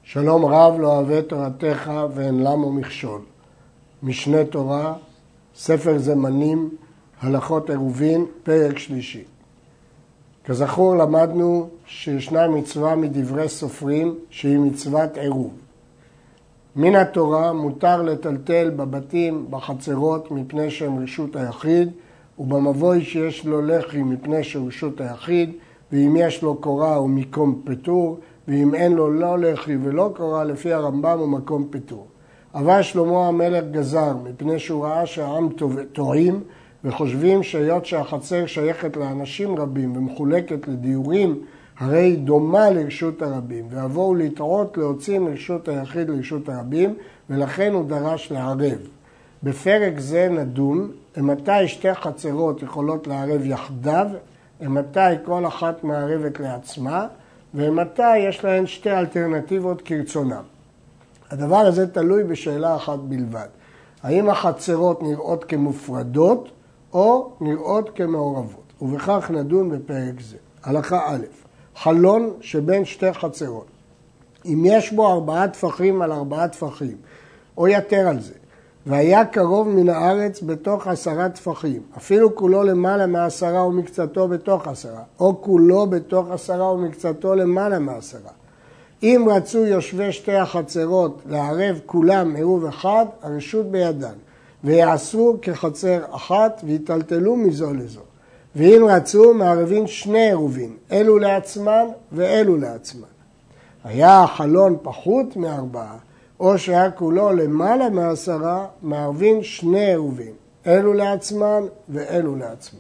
שלום רב לא אוהב תורתך ואין למו מכשול. משנה תורה, ספר זמנים, הלכות עירובין, פרק שלישי. כזכור למדנו שישנה מצווה מדברי סופרים שהיא מצוות עירוב. מן התורה מותר לטלטל בבתים, בחצרות מפני שהם רשות היחיד, ובמבוי שיש לו לחי מפני שרשות היחיד, ואם יש לו קורה הוא מקום פטור, ואם אין לו לא לחי ולא קורה, לפי הרמב"ם הוא מקום פטור. אבל שלמה המלך גזר, מפני שהוא ראה שהעם טועים, וחושבים שהיות שהחצר שייכת לאנשים רבים ומחולקת לדיורים, הרי היא דומה לרשות הרבים, ועברו לטעות להוציא מרשות היחיד לרשות הרבים, ולכן הוא דרש לערב. בפרק זה נדון, מתי שתי חצרות יכולות לערב יחדיו, מתי כל אחת מערבת לעצמה, ומתי יש להן שתי אלטרנטיבות כרצונם. הדבר הזה תלוי בשאלה אחת בלבד. האם החצרות נראות כמופרדות או נראות כמעורבות? ובכך נדון בפרק זה. הלכה א', חלון שבין שתי חצרות. אם יש בו 4 טפחים על 4 טפחים, או יותר על זה, והיה קרוב מן הארץ בתוך 10 טפחים, אפילו כולו למעלה מ10 ומקצתו בתוך 10, או כולו בתוך 10 ומקצתו למעלה מ10. אם רצו יושבי שתי החצרות לערב כולם עירוב אחד, הרשות בידן, ויעשו כחצר אחת ויטלטלו מזו לזו. ואם רצו מערבים 2 עירובים, אלו לעצמן ואלו לעצמן. היה החלון פחות מ4, או שהיה כולו למעלה מ10, מערבים 2 עירובים, אלו לעצמן ואלו לעצמן.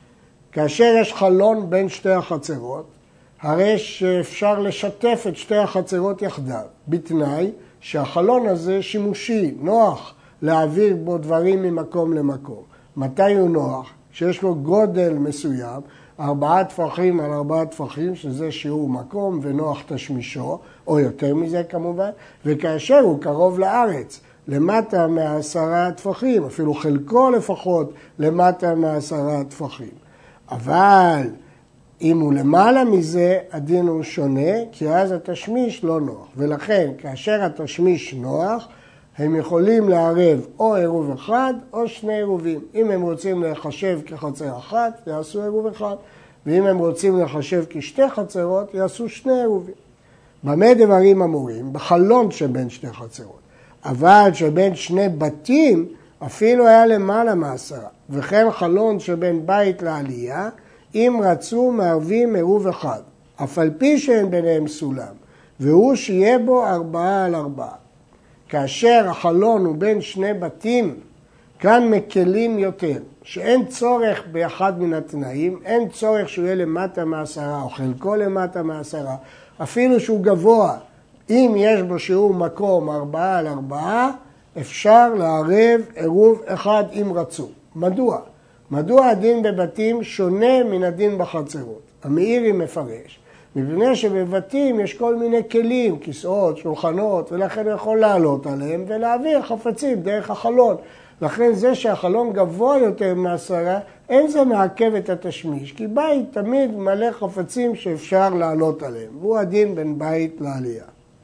כאשר יש חלון בין שתי החצרות, הרי שאפשר לשתף את שתי החצרות יחדיו, בתנאי שהחלון הזה שימושי, נוח להעביר בו דברים ממקום למקום. מתי הוא נוח? שיש לו גודל מסוים, 4 טפחים על 4 טפחים, שזה שיעור מקום ונוח תשמישו, או יותר מזה כמובן, וכאשר הוא קרוב לארץ, למטה מ10 טפחים, אפילו חלקו לפחות למטה מ10 טפחים. אבל אם הוא למעלה מזה, הדין הוא שונה, כי אז התשמיש לא נוח. ולכן, כאשר התשמיש נוח, הם יכולים לערב או עירוב אחד או 2 עירובים. אם הם רוצים לחשב כחצר אחת, יעשו עירוב אחד. ואם הם רוצים לחשב כשתי חצרות, יעשו 2 עירובים. במה דברים אמורים? בחלון שבין שתי חצרות. אבל שבין 2 בתים, אפילו היה למעלה מ10. וכן חלון שבין בית לעלייה, אם רצו מערבים עירוב אחד, אף על פי שאין ביניהם סולם, והוא שיהיה בו 4 על 4. כאשר החלון הוא בין 2 בתים, כאן מקלים יותר, שאין צורך באחד מן התנאים, אין צורך שהוא יהיה למטה מ10 או חלקו למטה מ10, אפילו שהוא גבוה. אם יש בו שיעור מקום 4 על 4, אפשר לערב עירוב אחד אם רצו. מדוע? מדוע הדין בבתים שונה מן הדין בחצרות? המאירי מפרש, מפני שבבתים יש כל מיני כלים, כיסאות, שולחנות, ולכן הוא יכול לעלות עליהם ולהעביר חפצים דרך החלון. לכן זה שהחלון גבוה יותר מ10, אין זה מעכב את התשמיש, כי בית תמיד מלא חפצים שאפשר לעלות עליהם, והוא הדין בין בית לעלייה.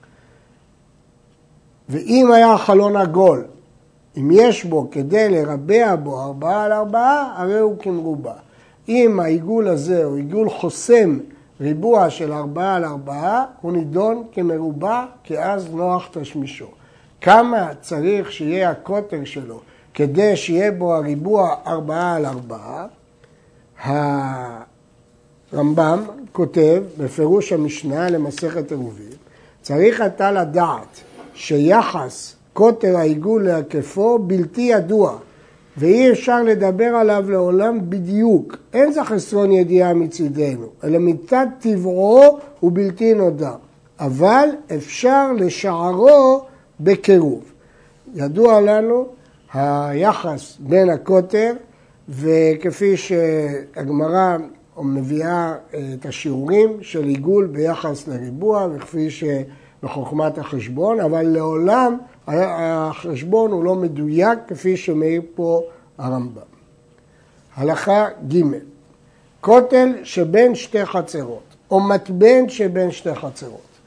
ואם היה החלון עגול, אם יש בו כדי לרבע בו 4 על 4, הרי הוא כמרובע. אם העיגול הזה הוא עיגול חוסם ריבוע של 4 על 4, הוא נידון כמרובע, כי אז נוח תשמישו. כמה צריך שיהיה הקוטר שלו כדי שיהיה בו הריבוע 4 על 4? הרמב"ם כותב בפירוש המשנה למסכת עירובין, צריך אתה לדעת שיחס קוטר העיגול להיקפו בלתי ידוע, ואי אפשר לדבר עליו לעולם בדיוק. אין זה חסרון ידיעה מצידנו, אלא מצד טבעו הוא בלתי נודע. אבל אפשר לשערו בקירוב. ידוע לנו היחס בין הקוטר, וכפי שהגמרא מביאה את השיעורים של עיגול ביחס לריבוע, וכפי בחוכמת החשבון, אבל לעולם החשבון הוא לא מדויק כפי שמעיר פה הרמב"ם. הלכה ג' כותל שבין 2 חצרות, או מתבן שבין 2 חצרות.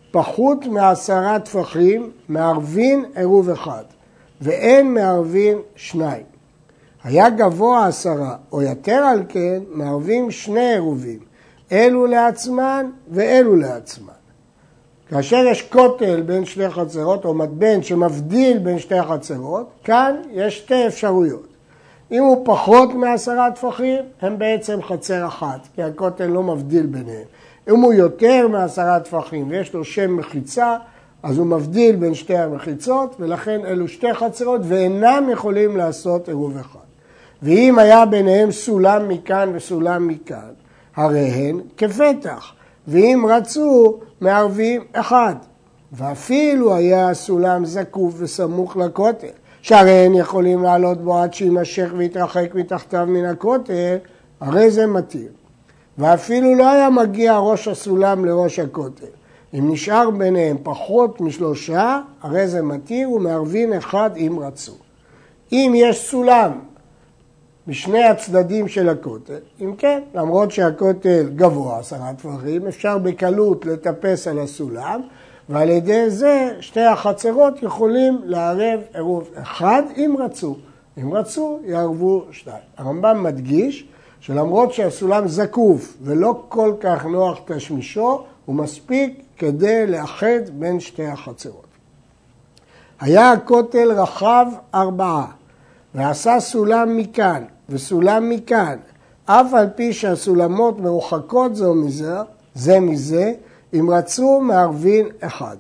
פחות מ10 טפחים מערבין עירוב אחד, ואין מערבין 2. היה גבוה 10 או יותר על כן, מערבים 2 עירובים, אלו לעצמן ואלו לעצמן. כאשר יש כותל בין 2 חצרות או מתבן שמבדיל בין 2 חצרות, כאן יש 2 אפשרויות. אם הוא פחות מ10 טפחים, הם בעצם חצר אחת, כי הכותל לא מבדיל ביניהם. אם הוא יותר מ10 טפחים ויש לו שם מחיצה, אז הוא מבדיל בין 2 המחיצות, ולכן אלו 2 חצרות ואינם יכולים לעשות עירוב אחד. ואם היה ביניהם סולם מכאן וסולם מכאן, הרי הן כפתח, ואם רצו מערבים אחד. ואפילו היה סולם זקוף וסמוך לכותל, שהרי הן יכולים לעלות בו עד שימשך ויתרחק מתחתיו מן הכותל, הרי זה מתיר. ואפילו לא היה מגיע ראש הסולם לראש הכותל. אם נשאר ביניהם פחות מ3, הרי זה מתיר ומערבין אחד אם רצו. אם יש סולם משני הצדדים של הכותל, אם כן, למרות שהכותל גבוה 10 טפחים, אפשר בקלות לטפס על הסולם, ועל ידי זה 2 החצרות יכולים לערב עירוב אחד אם רצו. אם רצו, יערבו 2. הרמב"ם מדגיש שלמרות שהסולם זקוף ולא כל כך נוח תשמישו, הוא מספיק כדי לאחד בין 2 החצרות. היה הכותל רחב 4, ועשה סולם מכאן וסולם מכאן, אף על פי שהסולמות מרוחקות זה מזה, אם רצו מערבין אחד.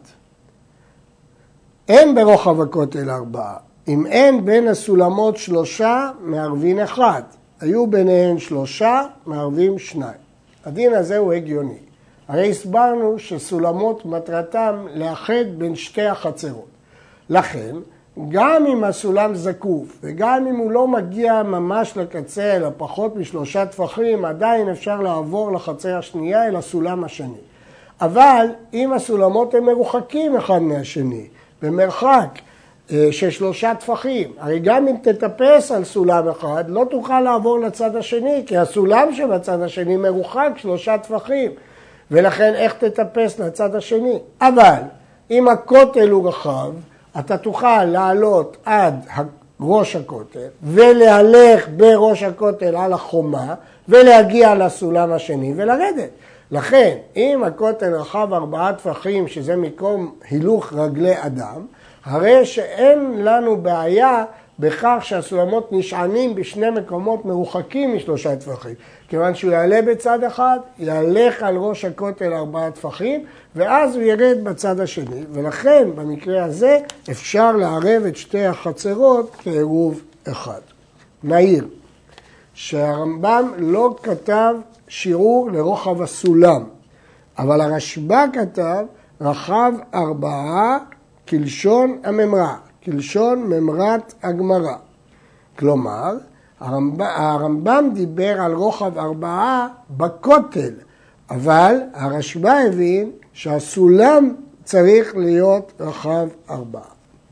אין ברוחב הכותל 4, אם אין בין הסולמות 3, מערבין אחד. היו ביניהן 3, מערבים 2. הדין הזה הוא הגיוני. הרי הסברנו שסולמות מטרתם לאחד בין 2 החצרות. לכן, גם אם הסולם זקוף וגם אם הוא לא מגיע ממש לקצה אלא פחות מ3 טפחים, עדיין אפשר לעבור לחצר השנייה אל הסולם השני. אבל אם הסולמות הם מרוחקים אחד מהשני, במרחק של 3 טפחים, הרי גם אם תטפס על סולם אחד, לא תוכל לעבור לצד השני, כי הסולם שבצד השני מרוחק 3 טפחים, ולכן איך תטפס לצד השני? אבל אם הכותל הוא רחב, אתה תוכל לעלות עד ראש הכותל, ולהלך בראש הכותל על החומה, ולהגיע לסולם השני ולרדת. לכן, אם הכותל רחב 4 טפחים, שזה מקום הילוך רגלי אדם, הרי שאין לנו בעיה בכך שהסולמות נשענים בשני מקומות מרוחקים מ3 טפחים. כיוון שהוא יעלה בצד אחד, יהלך על ראש הכותל 4 טפחים, ואז הוא ירד בצד השני. ולכן, במקרה הזה, אפשר לערב את 2 החצרות כעירוב אחד. נעיר שהרמב"ם לא כתב שיעור לרוחב הסולם, אבל הרשב"א כתב רחב 4 כלשון הממרה, כלשון ממרת הגמרא. כלומר, הרמב"ם דיבר על רוחב 4 בכותל, אבל הרשב"א הבין שהסולם צריך להיות רחב 4.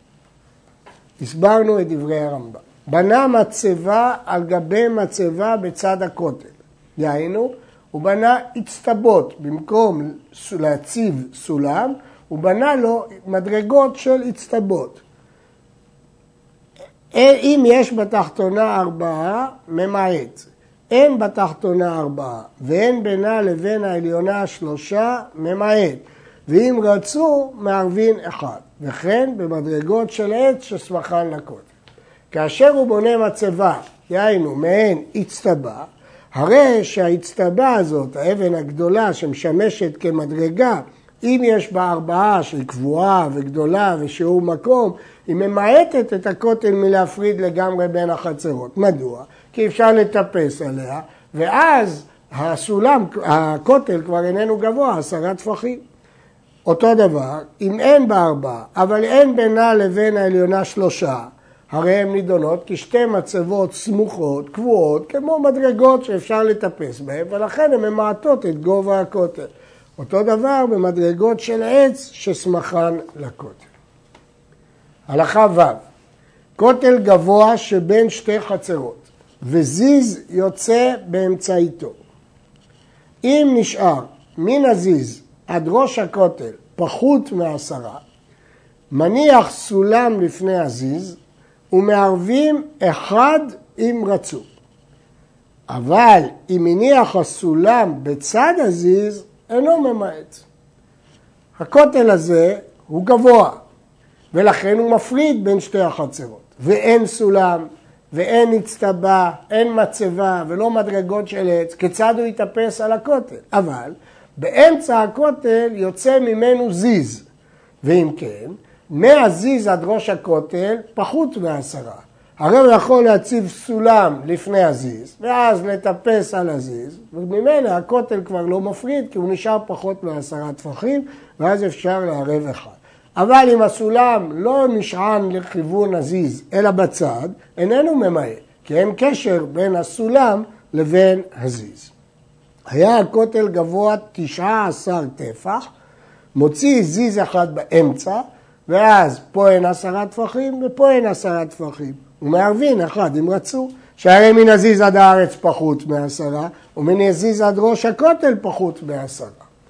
הסברנו את דברי הרמב"ם. בנה מצבה על גבי מצבה בצד הכותל. דהיינו, הוא בנה הצטבות, במקום להציב סולם, הוא בנה לו מדרגות של הצטבות. אם יש בתחתונה 4, ממעט. אין בתחתונה 4, ואין בינה לבין העליונה 3, ממעט. ואם רצו, מערבין אחד. וכן במדרגות של עץ שסמכן לכותל. כאשר הוא בונה מצבה, דהיינו מעין הצטבה, הרי שההצטבה הזאת, האבן הגדולה שמשמשת כמדרגה, אם יש בה 4 שהיא קבועה וגדולה ושיעור מקום, היא ממעטת את הכותל מלהפריד לגמרי בין החצרות. מדוע? כי אפשר לטפס עליה, ואז הכותל כבר איננו גבוה, 10 טפחים. אותו דבר, אם אין בה 4, אבל אין בינה לבין העליונה 3, הרי הן נידונות כשתי מצבות סמוכות, קבועות, כמו מדרגות שאפשר לטפס בהן, ולכן הן ממעטות את גובה הכותל. אותו דבר במדרגות של עץ שסמכן לכותל. הלכה ו' כותל גבוה שבין 2 חצרות, וזיז יוצא באמצעיתו. אם נשאר מן הזיז עד ראש הכותל פחות מ10, מניח סולם לפני הזיז, ומערבים אחד אם רצו. אבל אם מניח הסולם בצד הזיז, אינו ממעט. הכותל הזה הוא גבוה, ולכן הוא מפריד בין שתי החצרות. ואין סולם, ואין הצטבה, אין מצבה, ולא מדרגות של עץ, כיצד הוא יתאפס על הכותל. אבל באמצע הכותל יוצא ממנו זיז, ואם כן, מהזיז עד ראש הכותל פחות מ10. הרי הוא יכול להציב סולם לפני הזיז, ואז לטפס על הזיז, וממילא הכותל כבר לא מפריד, כי הוא נשאר פחות מ10 טפחים, ואז אפשר לערב אחד. אבל אם הסולם לא נשען לכיוון הזיז, אלא בצד, איננו ממעט, כי אין קשר בין הסולם לבין הזיז. היה הכותל גבוה 19 טפח, מוציא זיז אחד באמצע, ואז פה אין 10 טפחים ופה אין 10 טפחים. ומערבין אחד אם רצו, שהרי מן הזיז עד הארץ פחות מ10, ומן הזיז עד ראש הכותל פחות מ10.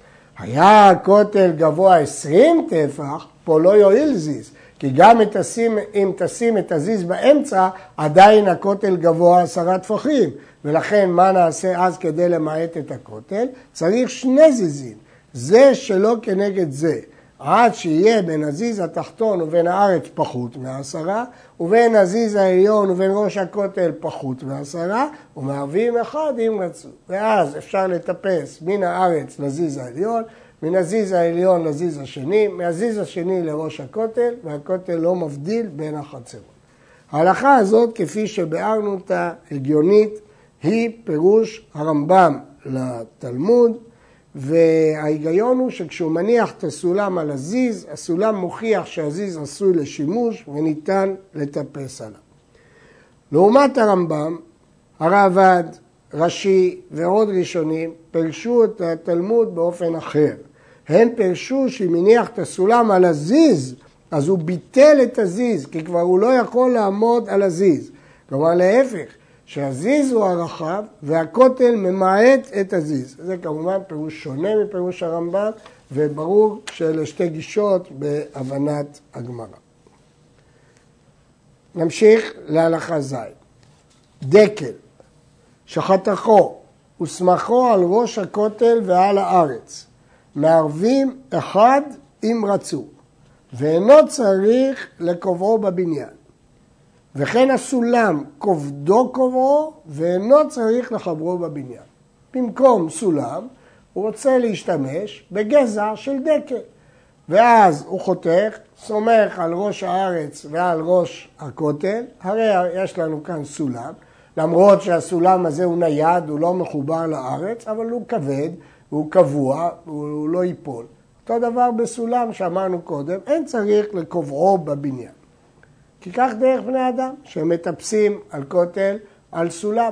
היה הכותל גבוה 20 טפח, פה לא יועיל זיז, כי גם אם תשים את הזיז באמצע, עדיין הכותל גבוה 10 טפחים. ולכן מה נעשה אז כדי למעט את הכותל? צריך 2 זיזים, זה שלא כנגד זה. עד שיהיה בין הזיז התחתון ובין הארץ פחות מ10, ובין הזיז העליון ובין ראש הכותל פחות מ10, ומערבים אחד אם רצו. ואז אפשר לטפס מן הארץ לזיז העליון, מן הזיז העליון לזיז השני, מהזיז השני לראש הכותל, והכותל לא מבדיל בין החצרות. ההלכה הזאת, כפי שבארנו אותה הגיונית, היא פירוש הרמב"ם לתלמוד, וההיגיון הוא שכשהוא מניח את הסולם על הזיז, הסולם מוכיח שהזיז עשוי לשימוש וניתן לטפס עליו. לעומת הרמב"ם, הרעב"ד, רש"י ועוד ראשונים פירשו את התלמוד באופן אחר. הם פירשו שאם מניח את הסולם על הזיז, אז הוא ביטל את הזיז, כי כבר הוא לא יכול לעמוד על הזיז. כלומר להפך, שהזיז הוא הרחב והכותל ממעט את הזיז. זה כמובן פירוש שונה מפירוש הרמב"ם, וברור שאלה שתי גישות בהבנת הגמרא. נמשיך להלכה ז'. דקל, שחתכו וסמכו על ראש הכותל ועל הארץ, מערבים אחד אם רצו, ואינו צריך לקובעו בבניין. וכן הסולם כובדו קובעו ואינו צריך לחברו בבניין. במקום סולם הוא רוצה להשתמש בגזע של דקל. ואז הוא חותך, סומך על ראש הארץ ועל ראש הכותל. הרי יש לנו כאן סולם, למרות שהסולם הזה הוא נייד, הוא לא מחובר לארץ, אבל הוא כבד, הוא קבוע, הוא לא ייפול. אותו דבר בסולם שאמרנו קודם, אין צריך לקובעו בבניין. כי כך דרך בני אדם, שמטפסים על כותל, על סולם.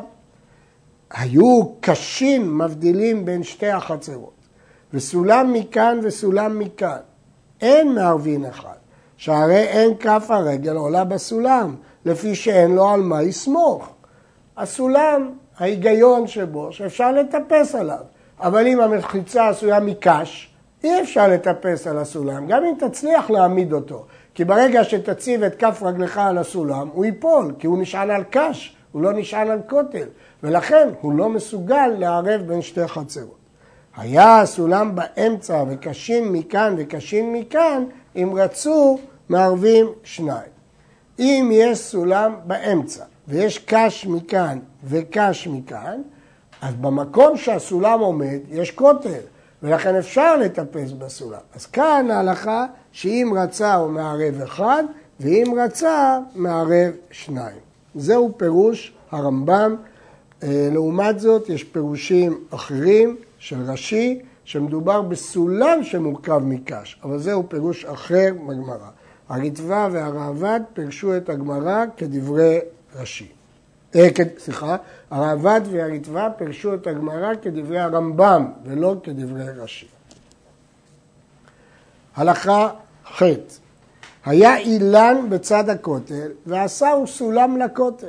היו קשים מבדילים בין שתי החצרות, וסולם מכאן וסולם מכאן. אין מערבין אחד, שהרי אין כף הרגל עולה בסולם, לפי שאין לו על מה יסמוך. הסולם, ההיגיון שבו, שאפשר לטפס עליו. אבל אם המחיצה עשויה מקש, אי אפשר לטפס על הסולם, גם אם תצליח להעמיד אותו. כי ברגע שתציב את כף רגלך על הסולם, הוא ייפול, כי הוא נשען על קש, הוא לא נשען על כותל, ולכן הוא לא מסוגל לערב בין שתי חצרות. היה הסולם באמצע וקשין מכאן וקשין מכאן, אם רצו מערבים 2. אם יש סולם באמצע ויש קש מכאן וקש מכאן, אז במקום שהסולם עומד יש כותל, ולכן אפשר לטפס בסולם. אז כאן ההלכה שאם רצה הוא מערב 1, ואם רצה מערב 2. זהו פירוש הרמב"ם. לעומת זאת יש פירושים אחרים של רש"י, שמדובר בסולם שמורכב מקש, אבל זהו פירוש אחר בגמרא. הריטב"א והרעב"ד פירשו את הגמרא כדברי רש"י. הרעב"ד והריטב"א פירשו את הגמרא כדברי הרמב"ם ולא כדברי רש"י. הלכה ח' היה אילן בצד הכותל ועשהו סולם לכותל.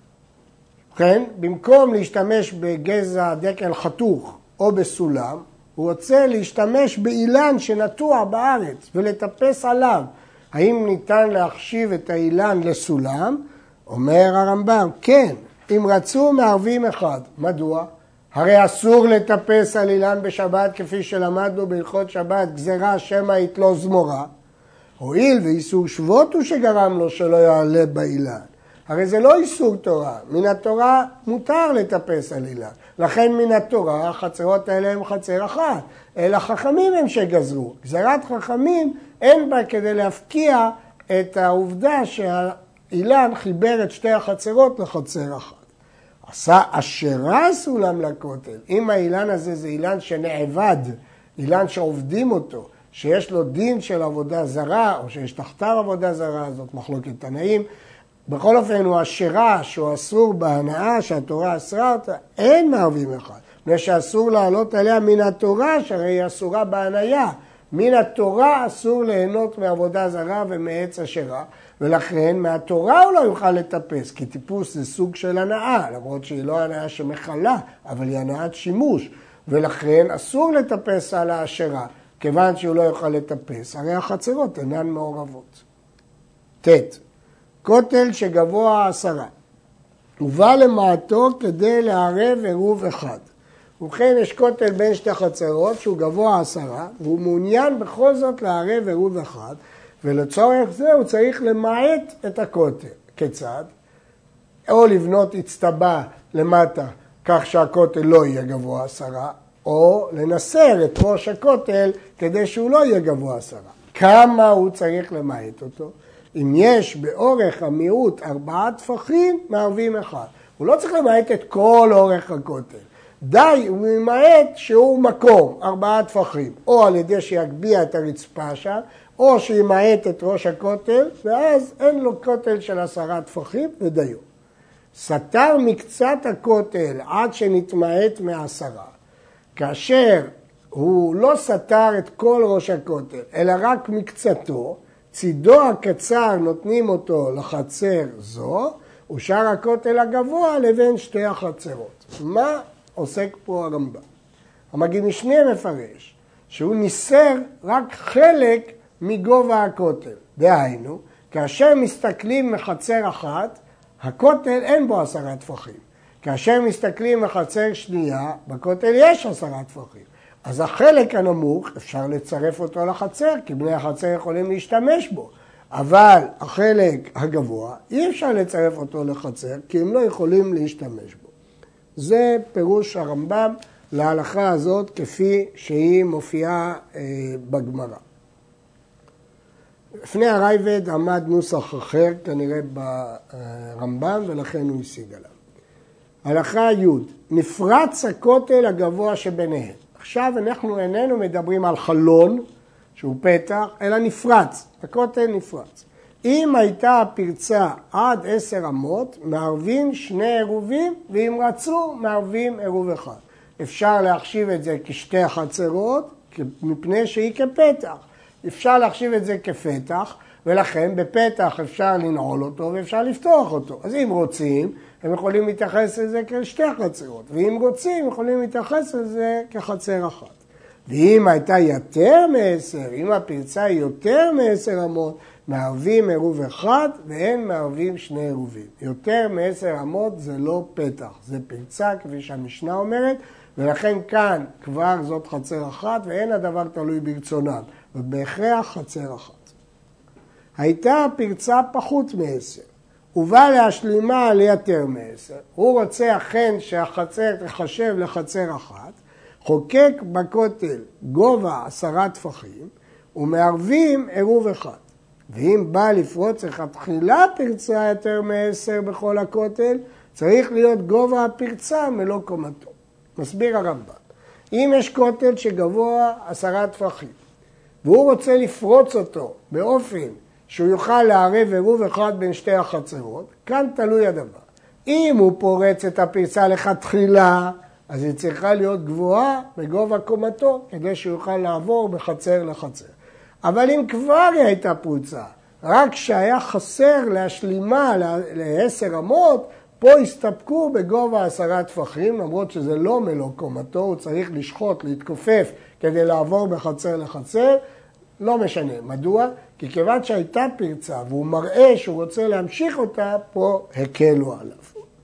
כן, במקום להשתמש בגזע דקל חתוך או בסולם, הוא רוצה להשתמש באילן שנטוע בארץ ולטפס עליו. האם ניתן להחשיב את האילן לסולם? אומר הרמב"ם, כן, אם רצו מערבים אחד. מדוע? הרי אסור לטפס על אילן בשבת כפי שלמדנו בהלכות שבת, גזרה שמא יתלו זמורה. הואיל ואיסור שבות הוא שגרם לו שלא יעלה באילן. הרי זה לא איסור תורה, מן התורה מותר לטפס על אילן. לכן מן התורה החצרות האלה הם חצר אחת, אלא חכמים הם שגזרו. גזרת חכמים אין בה כדי להפקיע את העובדה שהאילן חיבר את שתי החצרות לחצר אחת. עשה אשרה סולם לכותל. אם האילן הזה זה אילן שנעבד, אילן שעובדים אותו, שיש לו דין של עבודה זרה, או שיש תחתיו עבודה זרה, זאת מחלוקת תנאים. בכל אופן הוא אשרה שהוא אסור בהנאה שהתורה אסרה אותה, אין מערבים אחד. מפני שאסור לעלות עליה מן התורה, שהרי היא אסורה בהניה. מן התורה אסור ליהנות מעבודה זרה ומעץ אשרה, ולכן מהתורה הוא לא יוכל לטפס, כי טיפוס זה סוג של הנאה, למרות שהיא לא הנאה שמחלה, אבל היא הנאת שימוש, ולכן אסור לטפס על האשרה, כיוון שהוא לא יוכל לטפס, הרי החצרות אינן מעורבות. כותל שגבוה 10, ובא למעטו כדי לערב עירוב אחד. ובכן יש כותל בין שתי חצרות שהוא גבוה 10, והוא מעוניין בכל זאת לערב עירוב אחד, ולצורך זה הוא צריך למעט את הכותל. כיצד? או לבנות אצטבה למטה, כך שהכותל לא יהיה גבוה 10, או לנסר את ראש הכותל כדי שהוא לא יהיה גבוה 10. כמה הוא צריך למעט אותו? אם יש באורך המיעוט 4 טפחים, מערבים אחד. הוא לא צריך למעט את כל אורך הכותל. די, הוא ממעט שהוא מקום, 4 טפחים. או על ידי שיגביע את הרצפה שם, או שימעט את ראש הכותל, ואז אין לו כותל של 10 טפחים ודיו. סתר מקצת הכותל עד שנתמעט מ10. כאשר הוא לא סתר את כל ראש הכותל, אלא רק מקצתו, צידו הקצר נותנים אותו לחצר זו, ושאר הכותל הגבוה לבין שתי החצרות. מה עוסק פה הרמב"ם? המגיד משנה מפרש שהוא ניסר רק חלק מגובה הכותל. דהיינו, כאשר מסתכלים מחצר אחת, הכותל אין בו 10 טפחים. כאשר מסתכלים מחצר שנייה, בכותל יש 10 טפחים. אז החלק הנמוך אפשר לצרף אותו לחצר, כי בני החצר יכולים להשתמש בו. אבל החלק הגבוה אי אפשר לצרף אותו לחצר, כי הם לא יכולים להשתמש בו. זה פירוש הרמב"ם להלכה הזאת כפי שהיא מופיעה בגמרא. לפני הרייבד עמד נוסח אחר כנראה ברמב"ם ולכן הוא השיג עליו. הלכה י' נפרץ הכותל הגבוה שביניהם. עכשיו אנחנו איננו מדברים על חלון שהוא פתח, אלא נפרץ, הכותל נפרץ. אם הייתה הפרצה עד 10 אמות, מערבים 2 עירובים, ואם רצו, מערבים עירוב אחד. אפשר להחשיב את זה כשתי החצרות, מפני שהיא כפתח. אפשר להחשיב את זה כפתח, ולכן בפתח אפשר לנעול אותו ואפשר לפתוח אותו. אז אם רוצים, הם יכולים להתייחס לזה כשתי חצרות, ואם רוצים, יכולים להתייחס לזה כחצר אחת. ואם הייתה יותר מ10, אם הפרצה היא יותר מ10 אמות, מערבים עירוב אחד ואין מערבים 2 עירובים. יותר מ10 אמות זה לא פתח, זה פרצה כפי שהמשנה אומרת, ולכן כאן כבר זאת חצר אחת ואין הדבר תלוי ברצונם, ובהכרח חצר אחת. הייתה הפרצה פחות מ10, ובא להשלימה ליותר מ10, הוא רוצה אכן שהחצר תחשב לחצר אחת, חוקק בכותל גובה 10 טפחים, ומערבים עירוב אחד. ואם בא לפרוץ לכתחילה פרצה יותר מ10 בכל הכותל, צריך להיות גובה הפרצה מלוא קומתו. מסביר הרמב"ם. אם יש כותל שגבוה 10 טפחים, והוא רוצה לפרוץ אותו באופן שהוא יוכל לערב עירוב אחד בין שתי החצרות, כאן תלוי הדבר. אם הוא פורץ את הפרצה לכתחילה, אז היא צריכה להיות גבוהה בגובה קומתו, כדי שהוא יוכל לעבור בחצר לחצר. אבל אם כבר היא הייתה פרוצה, רק שהיה חסר להשלימה ל10 אמות, פה הסתפקו בגובה 10 טפחים, למרות שזה לא מלוא קומתו, הוא צריך לשחוט, להתכופף כדי לעבור בחצר לחצר, לא משנה. מדוע? כי כיוון שהייתה פרצה והוא מראה שהוא רוצה להמשיך אותה, פה הקלו עליו.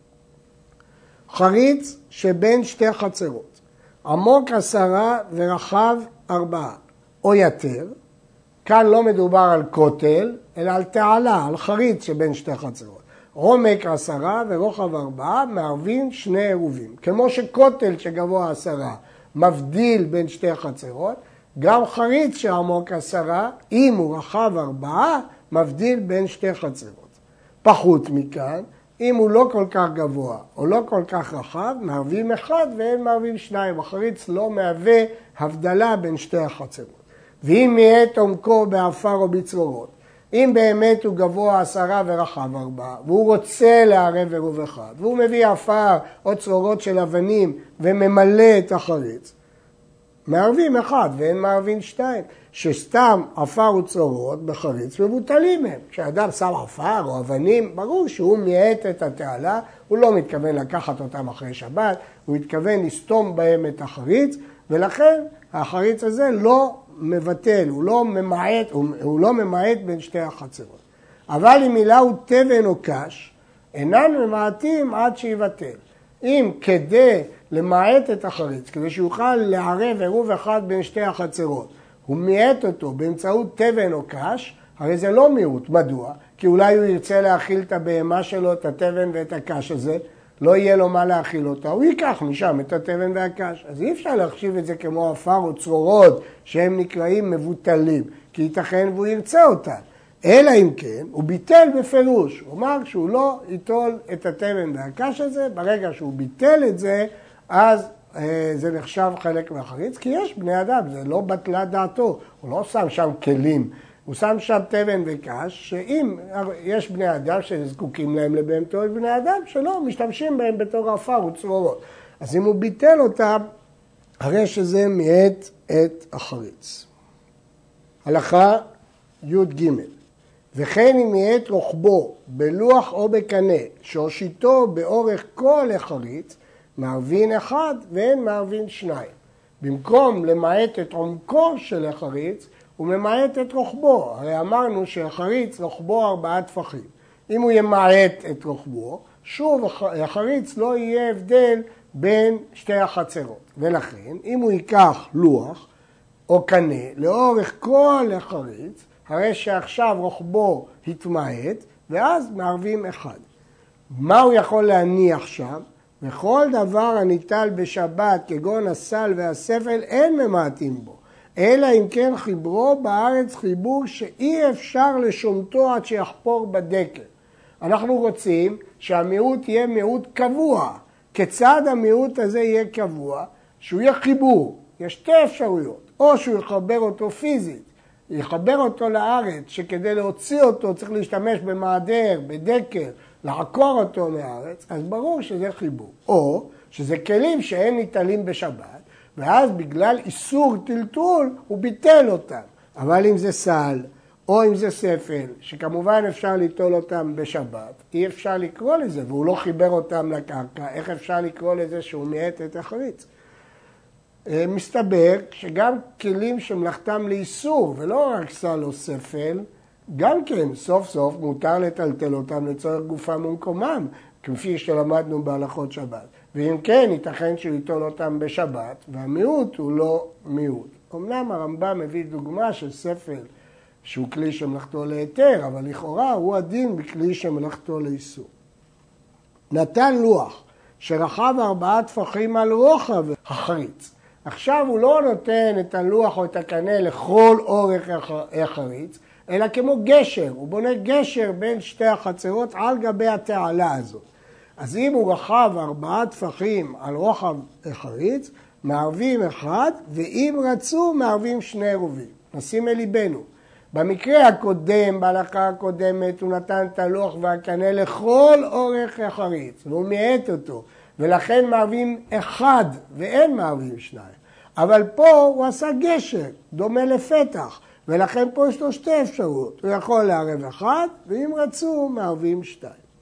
חריץ שבין 2 חצרות, עמוק 10 ורחב 4 או יותר, כאן לא מדובר על כותל, אלא על תעלה, על חריץ שבין 2 חצרות. עומק 10 ורוחב 4 מערבים 2 עירובים. כמו שכותל שגבוה 10 מבדיל בין 2 חצרות, גם חריץ שעמוק 10, אם הוא רחב 4, מבדיל בין 2 חצרות. פחות מכאן, אם הוא לא כל כך גבוה או לא כל כך רחב, מערבים 1 ואין מערבים 2. החריץ לא מהווה הבדלה בין 2 החצרות. ואם מיעט עומקו באפר או בצרורות, אם באמת הוא גבוה 10 ורחב 4, והוא רוצה לערב עירוב אחד, והוא מביא אפר או צרורות של אבנים וממלא את החריץ, מערבים 1 ואין מערבים 2, שסתם אפר וצרורות בחריץ מבוטלים הם. כשאדם שם אפר או אבנים, ברור שהוא מיעט את התעלה, הוא לא מתכוון לקחת אותם אחרי שבת, הוא מתכוון לסתום בהם את החריץ, ולכן החריץ הזה לא מבטל, הוא לא ממעט בין 2 החצרות. אבל אם מילאו תבן או קש, אינן ממעטים עד שיבטל. אם כדי למעט את החריץ, כדי שיוכל לערב עירוב אחד בין 2 החצרות, הוא מיעט אותו באמצעות תבן או קש, הרי זה לא מיעוט. מדוע? כי אולי הוא ירצה להאכיל את הבהמה שלו, את התבן ואת הקש הזה, לא יהיה לו מה להאכיל אותה, הוא ייקח משם את התבן והקש. אז אי אפשר להחשיב את זה כמו אפר או צרורות שהם נקראים מבוטלים, כי ייתכן והוא ירצה אותה. אלא אם כן, הוא ביטל בפירוש. הוא אמר שהוא לא ייטול את התבן והקש הזה, ברגע שהוא ביטל את זה, אז זה נחשב חלק מהחריץ, כי יש בני אדם, זה לא בטלה דעתו, הוא לא שם שם כלים, הוא שם שם תבן וקש, שאם יש בני אדם שזקוקים להם לבהמתו, יש בני אדם שלא משתמשים בהם בתור אפר וצרורות. אז אם הוא ביטל אותם, הרי שזה מיעט את החריץ. הלכה י"ג, וכן אם מיעט רוחבו בלוח או בקנה, שהושיטו באורך כל החריץ, מערבין 1 ואין מערבין 2. במקום למעט את עומקו של החריץ, הוא ממעט את רוחבו. הרי אמרנו שהחריץ רוחבו 4 טפחים. אם הוא ימעט את רוחבו, שוב החריץ לא יהיה הבדל בין 2 החצרות. ולכן, אם הוא ייקח לוח או קנה לאורך כל החריץ, הרי שעכשיו רוחבו התמעט, ואז מערבים 1. מה הוא יכול להניח שם? וכל דבר הניטל בשבת, כגון הסל והספל, אין ממעטים בו. אלא אם כן חיברו בארץ חיבור שאי אפשר לשומתו עד שיחפור בדקל. אנחנו רוצים שהמיעוט יהיה מיעוט קבוע. כיצד המיעוט הזה יהיה קבוע? שהוא יהיה חיבור. יש 2 אפשרויות. או שהוא יחבר אותו פיזית, יחבר אותו לארץ, שכדי להוציא אותו צריך להשתמש במעדר, בדקל, לעקור אותו מהארץ, אז ברור שזה חיבור. או שזה כלים שהם ניטלים בשבת, ואז בגלל איסור טלטול הוא ביטל אותם. אבל אם זה סל או אם זה ספל, שכמובן אפשר ליטול אותם בשבת, אי אפשר לקרוא לזה, והוא לא חיבר אותם לקרקע, איך אפשר לקרוא לזה שהוא מיעט את החריץ? מסתבר שגם כלים שמלאכתם לאיסור, ולא רק סל או ספל, גם כן סוף סוף מותר לטלטל אותם לצורך גופם ומקומם, כפי שלמדנו בהלכות שבת. ואם כן, ייתכן שהוא ייטול אותם בשבת, והמיעוט הוא לא מיעוט. אמנם הרמב"ם מביא דוגמה של ספל שהוא כלי שמלאכתו להיתר, אבל לכאורה הוא הדין בכלי שמלאכתו לאיסור. נתן לוח שרחב 4 טפחים על רוחב החריץ. עכשיו הוא לא נותן את הלוח או את הקנה לכל אורך החריץ, אלא כמו גשר, הוא בונה גשר בין 2 החצרות על גבי התעלה הזאת. אז אם הוא רחב 4 טפחים על רוחב החריץ, מערבים 1, ואם רצו מערבים 2 עירובים. נשים אל ליבנו. במקרה הקודם, בהלכה הקודמת, הוא נתן את הלוח והקנה לכל אורך החריץ, והוא מיעט אותו, ולכן מערבים 1 ואין מערבים 2. אבל פה הוא עשה גשר, דומה לפתח, ולכן פה יש לו 2 אפשרויות. הוא יכול לערב 1, ואם רצו מערבים 2.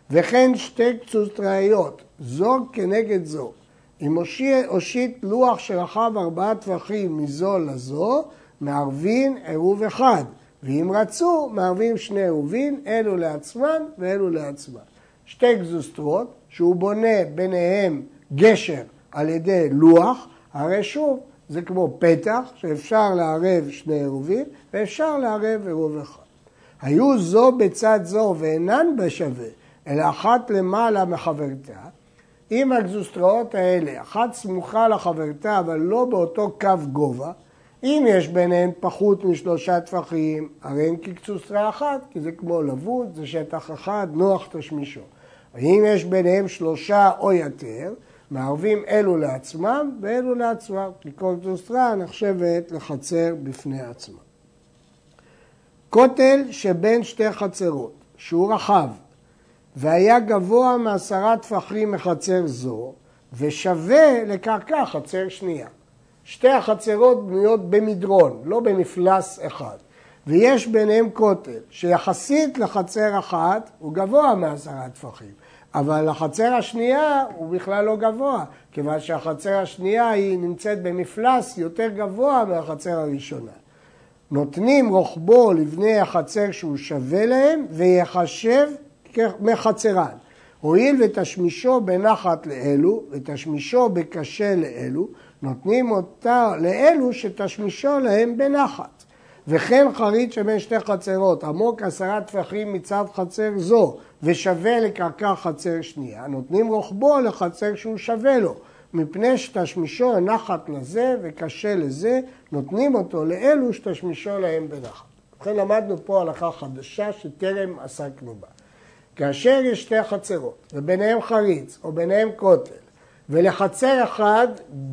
וכן שתי קצות ראיות, זו כנגד זו. אם הושיט לוח שרחב 4 טפחים מזו לזו, מערבין עירוב אחד. ואם רצו, מערבים 2 עירובין, אלו לעצמן ואלו לעצמן. שתי גזוסטרות, שהוא בונה ביניהם גשר על ידי לוח, הרי שוב, זה כמו פתח שאפשר לערב 2 עירובין ואפשר לערב עירוב אחד. היו זו בצד זו ואינן בשווה, אלא אחת למעלה מחברתה. אם הגזוסטרות האלה, אחת סמוכה לחברתה אבל לא באותו קו גובה, אם יש ביניהן פחות מ3 טפחים, הרי הן כקצוסטרה אחת, כי זה כמו לבוד, זה שטח אחד, נוח תשמישו. אם יש ביניהם 3 או יותר, מערבים אלו לעצמם ואלו לעצמם, כי כל קצוסטרה נחשבת לחצר בפני עצמה. כותל שבין 2 חצרות, שהוא רחב, והיה גבוה מ10 טפחים מחצר זו, ושווה לקרקע חצר שנייה. 2 החצרות בנויות במדרון, לא במפלס אחד. ויש ביניהם כותל, שיחסית לחצר אחת הוא גבוה מ10 טפחים. אבל החצר השנייה הוא בכלל לא גבוה, כיוון שהחצר השנייה היא נמצאת במפלס יותר גבוה מהחצר הראשונה. נותנים רוחבו לבני החצר שהוא שווה להם ויחשב מחצרן. הואיל ותשמישו בנחת לאלו ותשמישו בקשה לאלו, נותנים אותה לאלו שתשמישו להם בנחת. וכן חריץ שבין 2 חצרות, עמוק 10 טפחים מצד חצר זו ושווה לקרקע חצר שנייה, נותנים רוחבו לחצר שהוא שווה לו, מפני שתשמישו נחת לזה וקשה לזה, נותנים אותו לאלו שתשמישו להם בנחת. לכן למדנו פה הלכה חדשה שטרם עסקנו בה. כאשר יש 2 חצרות וביניהם חריץ או ביניהם כותל, ולחצר אחד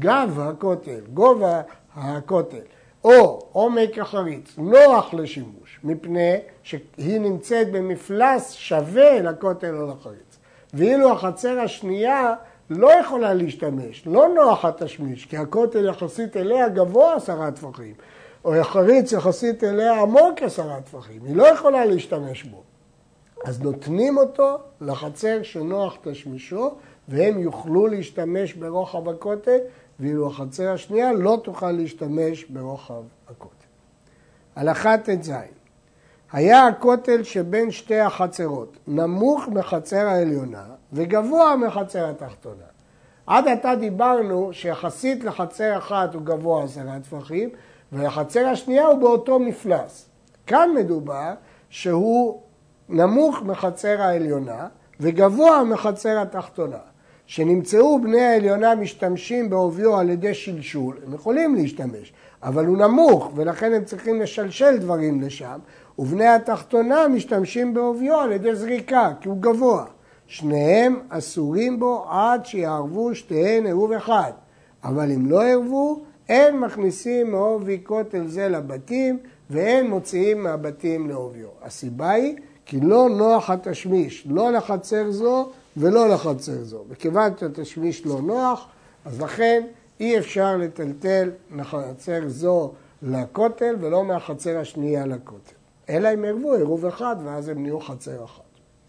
גובה הכותל, או עומק החריץ, נוח לשימוש, מפני שהיא נמצאת במפלס שווה לכותל או לחריץ. ואילו החצר השנייה לא יכולה להשתמש, לא נוח התשמיש, כי הכותל יחסית אליה גבוה 10 טפחים, או החריץ יחסית אליה עמוק 10 טפחים, היא לא יכולה להשתמש בו. אז נותנים אותו לחצר שנוח תשמישו, והם יוכלו להשתמש ברוחב הכותל, ואילו החצר השנייה לא תוכל להשתמש ברוחב הכותל. הלכה ט"ז. היה הכותל שבין 2 החצרות, נמוך מחצר העליונה וגבוה מחצר התחתונה. עד עתה דיברנו שיחסית לחצר אחת הוא גבוה 10 טפחים, ולחצר השנייה הוא באותו מפלס. כאן מדובר שהוא נמוך מחצר העליונה וגבוה מחצר התחתונה. שנמצאו בני העליונה משתמשים בעוביו על ידי שלשול, הם יכולים להשתמש, אבל הוא נמוך ולכן הם צריכים לשלשל דברים לשם, ובני התחתונה משתמשים בעוביו על ידי זריקה, כי הוא גבוה. שניהם אסורים בו עד שיערבו שתיהן עירוב אחד, אבל אם לא ערבו, אין מכניסים מעובי כותל זה לבתים, ואין מוציאים מהבתים לעוביו. הסיבה היא כי לא נוח התשמיש, לא לחצר זו ולא לחצר זו. וכיוון שהתשמיש לא נוח, אז לכן אי אפשר לטלטל מחצר זו לכותל ולא מהחצר השנייה לכותל. אלא אם ערבו עירוב אחד ואז הם נהיו חצר אחת.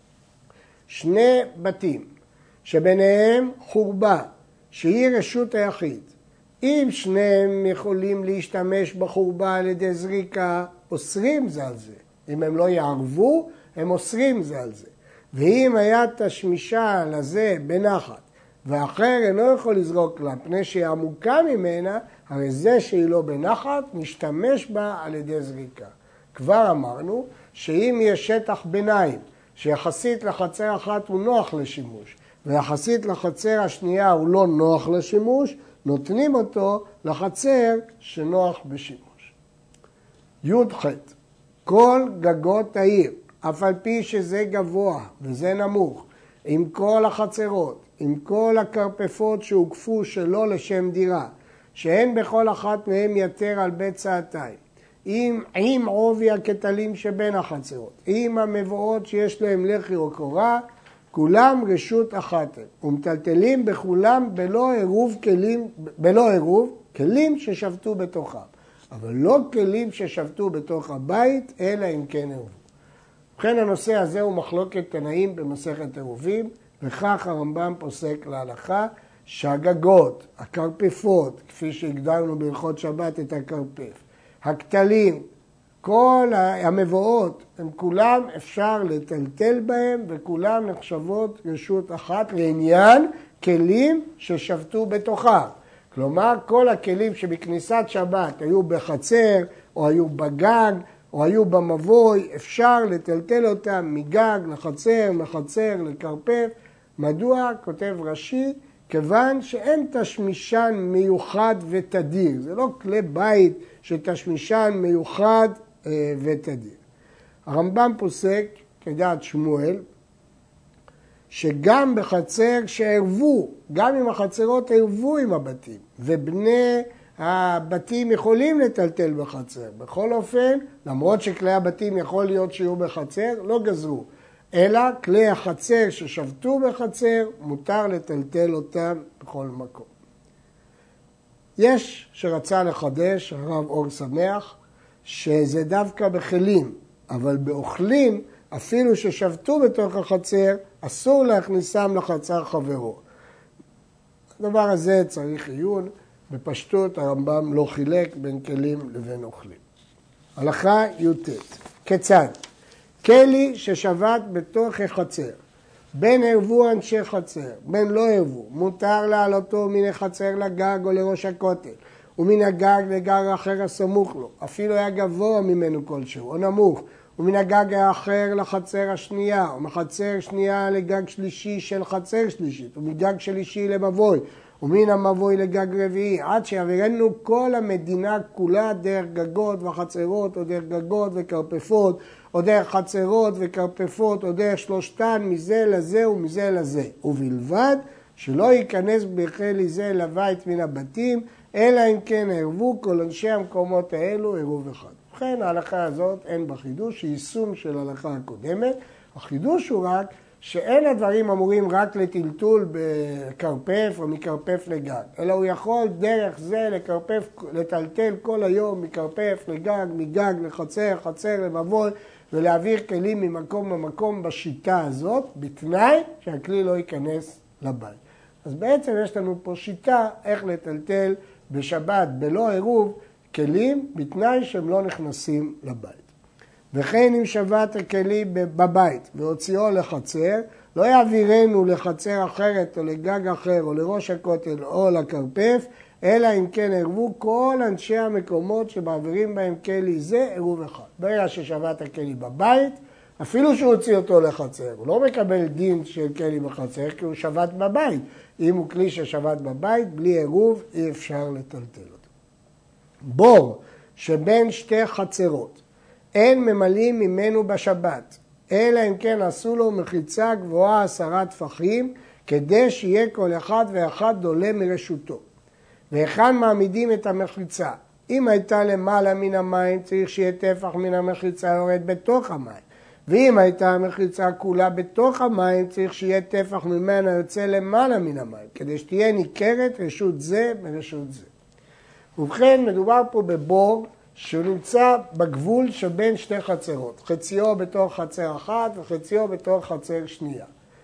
2 בתים שביניהם חורבה שהיא רשות היחיד. אם שניהם יכולים להשתמש בחורבה על ידי זריקה, אוסרים זה על זה. אם הם לא יערבו, הם אוסרים זה על זה. ואם היה תשמישה לזה בנחת, ואחר אינו יכול לזרוק לה, פני שהיא עמוקה ממנה, הרי זה שהיא לא בנחת, נשתמש בה על ידי זריקה. כבר אמרנו שאם יש שטח ביניים, שיחסית לחצר אחת הוא נוח לשימוש, ויחסית לחצר השנייה הוא לא נוח לשימוש, נותנים אותו לחצר שנוח בשימוש. י"ח כל גגות העיר, אף על פי שזה גבוה וזה נמוך, עם כל החצרות, עם כל הקרפפות שהוקפו שלא לשם דירה, שאין בכל אחת מהם יתר על בית צעתיים, עם עובי הקטלים שבין החצרות, עם המבואות שיש להם לחי או קורה, כולם רשות אחת הם, ומטלטלים בכולם בלא עירוב כלים ששבתו בתוכם, אבל לא כלים ששבתו בתוך הבית, אלא אם כן עירוב. ובכן הנושא הזה הוא מחלוקת תנאים במסכת עירובין, וכך הרמב"ם פוסק להלכה שהגגות, הקרפפות, כפי שהגדרנו בהלכות שבת את הקרפף, הכתלים, כל המבואות, הם כולם אפשר לטלטל בהם וכולם נחשבות רשות אחת לעניין כלים ששבתו בתוכה. כלומר, כל הכלים שבכניסת שבת היו בחצר או היו בגג או היו במבוי, אפשר לטלטל אותם מגג לחצר, מחצר לקרפף. מדוע? כותב רש"י, כיוון שאין תשמישן מיוחד ותדיר. זה לא כלי בית שתשמישן מיוחד ותדיר. הרמב"ם פוסק, כדעת שמואל, שגם בחצר שערבו, גם אם החצרות ערבו עם הבתים, ובני הבתים יכולים לטלטל בחצר. בכל אופן, למרות שכלי הבתים יכול להיות שיהיו בחצר, לא גזרו. אלא כלי החצר ששבתו בחצר, מותר לטלטל אותם בכל מקום. יש שרצה לחדש, הרב אור שמח, שזה דווקא בכלים, אבל באוכלים, אפילו ששבתו בתוך החצר, אסור להכניסם לחצר חברו. הדבר הזה צריך עיון, בפשטות הרמב"ם לא חילק בין כלים לבין אוכלים. הלכה י"ט. כיצד? כלי ששבת בתוך החצר, בין ערבו אנשי חצר, בין לא ערבו, מותר לעלותו מן החצר לגג או לראש הכותל, ומן הגג לגג אחר הסמוך לו, אפילו היה גבוה ממנו כלשהו, או נמוך, ומן הגג האחר לחצר השנייה, או מחצר שנייה לגג שלישי של חצר שלישית, ומגג שלישי למבוי, ומן המבוי לגג רביעי, עד שיעבירנו כל המדינה כולה דרך גגות וחצרות, או דרך גגות וקרפפות, או דרך חצרות וקרפפות, או דרך שלושתן, מזה לזה ומזה לזה. ובלבד שלא ייכנס בכלי זה לבית מן הבתים, אלא אם כן ערבו כל אנשי המקומות האלו עירוב אחד. ובכן, ההלכה הזאת אין בה חידוש, היא יישום של ההלכה הקודמת. החידוש הוא רק שאין הדברים אמורים רק לטלטול בקרפף או מקרפף לגג, אלא הוא יכול דרך זה לטלטל כל היום מקרפף לגג, מגג לחצר, חצר למבוי, ולהעביר כלים ממקום למקום בשיטה הזאת, בתנאי שהכלי לא ייכנס לבית. אז בעצם יש לנו פה שיטה איך לטלטל בשבת בלא עירוב כלים, בתנאי שהם לא נכנסים לבית. וכן אם שבת הכלי בבית והוציאו לחצר, לא יעבירנו לחצר אחרת או לגג אחר או לראש הכותל או לקרפף, אלא אם כן ערבו כל אנשי המקומות שמעבירים בהם כלי זה עירוב אחד. ברגע ששבת הכלי בבית, אפילו שהוא הוציא אותו לחצר, הוא לא מקבל דין של כלי בחצר כי הוא שבת בבית. אם הוא כלי ששבת בבית, בלי עירוב אי אפשר לטלטל אותו. בור שבין שתי חצרות, אין ממלאים ממנו בשבת, אלא אם כן עשו לו מחיצה גבוהה 10 טפחים, כדי שיהיה כל אחד ואחד דולה מרשותו. והיכן מעמידים את המחיצה? אם הייתה למעלה מן המים, צריך שיהיה טפח מן המחיצה יורד בתוך המים. ואם הייתה המחיצה כולה בתוך המים, צריך שיהיה טפח ממנה יוצא למעלה מן המים, כדי שתהיה ניכרת רשות זה ברשות זה. ובכן, מדובר פה בבור שהוא נמצא בגבול שבין שתי חצרות, חציו בתוך חצר אחת וחציו בתוך חצר שנייה.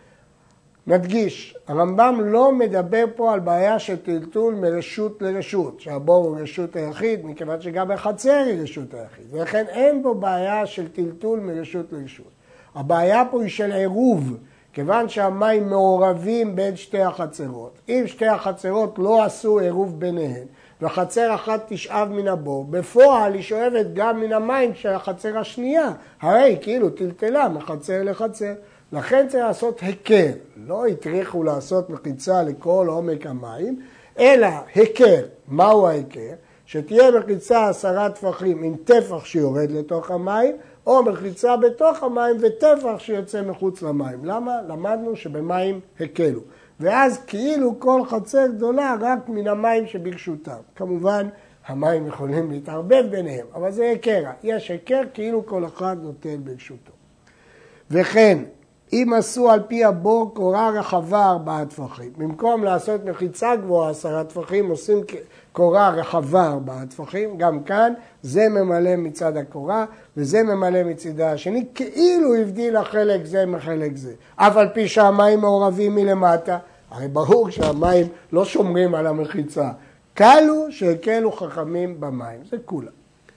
נדגיש, הרמב"ם לא מדבר פה על בעיה של טלטול מרשות לרשות, שהבור הוא רשות היחיד, מכיוון שגם בחצר היא רשות היחיד, ולכן אין פה בעיה של טלטול מרשות לרשות. הבעיה פה היא של עירוב, כיוון שהמים מעורבים בין שתי החצרות. אם שתי החצרות לא עשו עירוב ביניהן, וחצר אחת תשאב מן הבור, בפועל היא שואבת גם מן המים של החצר השנייה, הרי כאילו טלטלה מחצר לחצר. לכן צריך לעשות היכר, לא התריכו לעשות מחיצה לכל עומק המים, אלא היכר. מהו ההיכר? שתהיה מחיצה 10 טפחים עם טפח שיורד לתוך המים, או מחיצה בתוך המים וטפח שיוצא מחוץ למים. למה? למדנו שבמים הקלו. ואז כאילו כל חצר גדולה רק מן המים שברשותם. כמובן, המים יכולים להתערבב ביניהם, אבל זה היכר. יש היכר כאילו כל אחד נותן ברשותו. וכן, אם עשו על פי הבור קורה רחבה 4 טפחים. במקום לעשות מחיצה גבוהה 10 טפחים, עושים קורה רחבה 4 טפחים. גם כאן זה ממלא מצד הקורה וזה ממלא מצידה השני, כאילו הבדיל החלק זה מחלק זה. אף על פי שהמים מעורבים מלמטה, הרי ברור שהמים לא שומרים על המחיצה. קלו שהקלו חכמים במים, זה כולה.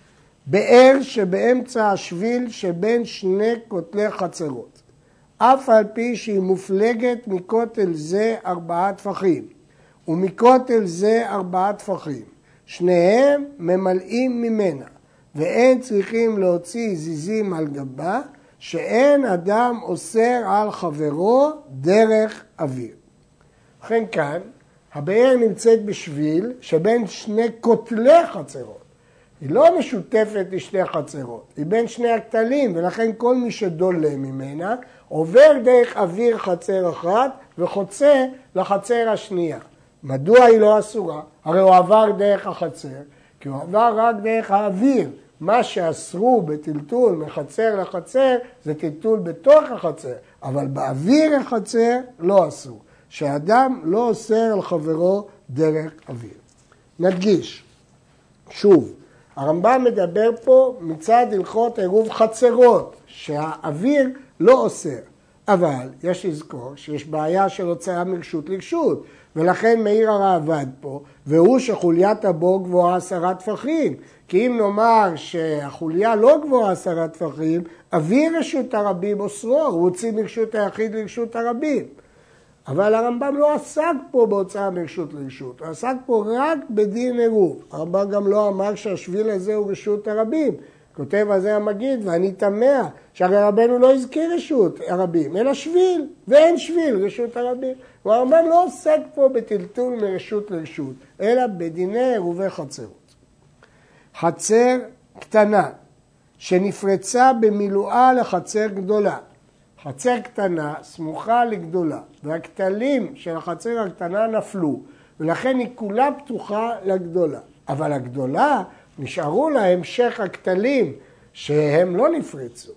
באר שבאמצע השביל שבין 2 כותלי חצרות. אף על פי שהיא מופלגת מכותל זה 4 טפחים, ומכותל זה 4 טפחים, שניהם ממלאים ממנה, ואין צריכים להוציא זיזים על גבה, שאין אדם אוסר על חברו דרך אוויר. לכן כאן, הבאר נמצאת בשביל שבין 2 כותלי חצרות. היא לא משותפת לשתי חצרות, היא בין 2 הכתלים, ולכן כל מי שדולה ממנה עובר דרך אוויר חצר אחת וחוצה לחצר השנייה. מדוע היא לא אסורה? הרי הוא עבר דרך החצר, כי הוא עבר רק דרך האוויר. מה שאסרו בטלטול מחצר לחצר זה טלטול בתוך החצר, אבל באוויר החצר לא אסור. שאדם לא אוסר על חברו דרך אוויר. נדגיש, שוב, הרמב"ם מדבר פה מצד הלכות עירוב חצרות, שהאוויר לא אוסר. אבל יש לזכור שיש בעיה של הוצאה מרשות לרשות, ולכן מאיר הראב"ד פה, והוא שחוליית הבור גבוהה 10 טפחים. כי אם נאמר שהחוליה לא גבוהה 10 טפחים, אוויר רשות הרבים אוסרו, הוא הוציא מרשות היחיד לרשות הרבים. אבל הרמב"ם לא עסק פה בהוצאה מרשות לרשות, הוא עסק פה רק בדין עירוב. הרמב"ם גם לא אמר שהשביל הזה הוא רשות הרבים. כותב על זה המגיד, ואני תמה, שהרי רבנו לא הזכיר רשות הרבים, אלא שביל, ואין שביל רשות הרבים. והרמב"ם לא עוסק פה בטלטול מרשות לרשות, אלא בדיני עירובי חצרות. חצר קטנה, שנפרצה במילואה לחצר גדולה. חצר קטנה סמוכה לגדולה, והכתלים של החצר הקטנה נפלו, ולכן היא כולה פתוחה לגדולה. אבל הגדולה נשארו לה המשך הכתלים שהם לא נפרצו.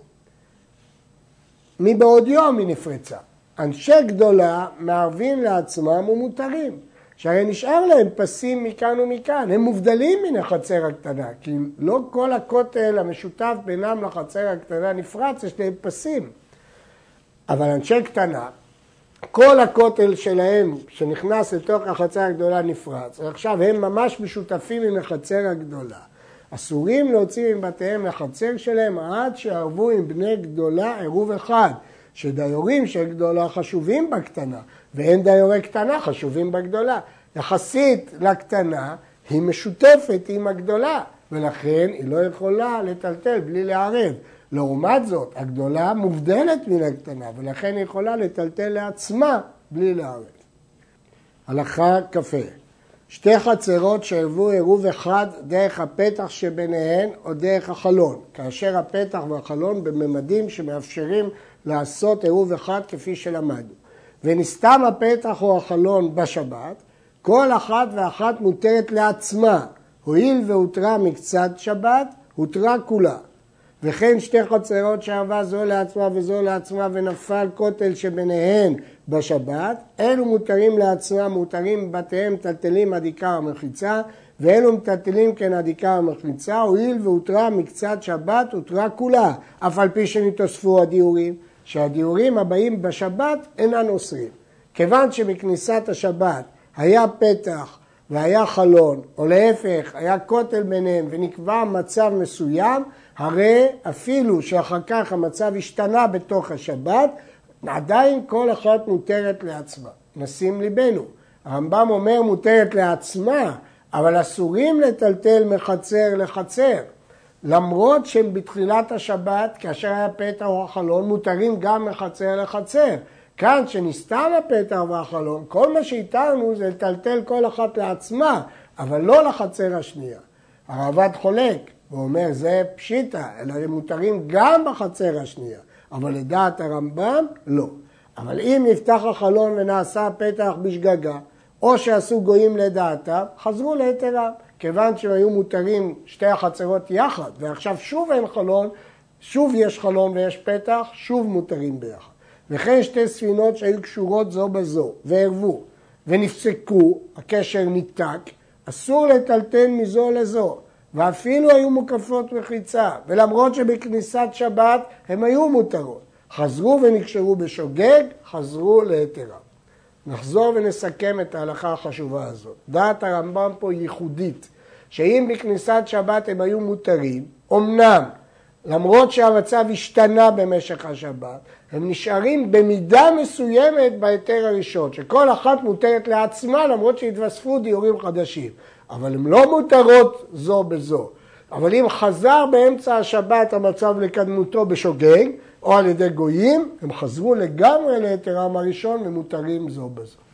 מבעוד יום היא נפרצה. אנשי גדולה מערבים לעצמם ומותרים, שהרי נשאר להם פסים מכאן ומכאן, הם מובדלים מן החצר הקטנה, כי לא כל הכותל המשותף בינם לחצר הקטנה נפרץ, יש להם פסים. אבל אנשי קטנה, כל הכותל שלהם שנכנס לתוך החצר הגדולה נפרץ, ועכשיו הם ממש משותפים עם החצר הגדולה. אסורים להוציא מבתיהם לחצר שלהם עד שערבו עם בני גדולה עירוב אחד, שדיורים של גדולה חשובים בקטנה, ואין דיורי קטנה חשובים בגדולה. יחסית לקטנה היא משותפת עם הגדולה, ולכן היא לא יכולה לטלטל בלי לערב. לעומת זאת, הגדולה מובדלת מן הקטנה, ולכן היא יכולה לטלטל לעצמה בלי לערב. הלכה כ"ה. 2 חצרות שערבו עירוב אחד דרך הפתח שביניהן או דרך החלון, כאשר הפתח והחלון בממדים שמאפשרים לעשות עירוב אחד כפי שלמדנו. ונסתם הפתח או החלון בשבת, כל אחת ואחת מותרת לעצמה, הואיל והותרה מקצת שבת, הותרה כולה. וכן 2 חצרות שערבה זו לעצמה וזו לעצמה ונפל כותל שביניהן בשבת, אלו מותרים לעצמם, מותרים בבתיהם טלטלים עד עיקר המחיצה, ואלו מטלטלים כן עד עיקר המחיצה, הואיל והותרה מקצת שבת, הותרה כולה, אף על פי שנתוספו הדיורים, שהדיורים הבאים בשבת אינן אוסרים. כיוון שמכניסת השבת היה פתח והיה חלון, או להפך, היה כותל ביניהם ונקבע מצב מסוים, הרי אפילו שאחר כך המצב השתנה בתוך השבת, עדיין כל אחת מותרת לעצמה. נשים ליבנו. הרמב"ם אומר מותרת לעצמה, אבל אסורים לטלטל מחצר לחצר. למרות שהם בתחילת השבת, כאשר היה פתח או החלון, מותרים גם מחצר לחצר. כאן שנסתם הפתח והחלון, כל מה שהתרנו זה לטלטל כל אחת לעצמה, אבל לא לחצר השנייה. הראב"ד חולק, הוא אומר זה פשיטה, אלא הם מותרים גם בחצר השנייה, אבל לדעת הרמב"ם לא. אבל אם נפתח החלון ונעשה פתח בשגגה, או שעשו גויים לדעתם, חזרו ליתרם. כיוון שהם היו מותרים 2 החצרות יחד, ועכשיו שוב אין חלון, שוב יש חלון ויש פתח, שוב מותרים ביחד. וכן שתי ספינות שהיו קשורות זו בזו והרבו ונפסקו, הקשר ניתק, אסור לטלטל מזו לזו, ואפילו היו מוקפות מחיצה, ולמרות שבכניסת שבת הם היו מותרות. חזרו ונקשרו בשוגג, חזרו להתרה. נחזור ונסכם את ההלכה החשובה הזאת. דעת הרמב"ם פה ייחודית, שאם בכניסת שבת הם היו מותרים, אמנם, למרות שהמצב השתנה במשך השבת, הם נשארים במידה מסוימת בהיתר הראשון, שכל אחת מותרת לעצמה למרות שהתווספו דיורים חדשים, אבל הן לא מותרות זו בזו. אבל אם חזר באמצע השבת המצב לקדמותו בשוגג, או על ידי גויים, הם חזרו לגמרי להיתרם הראשון ומותרים זו בזו.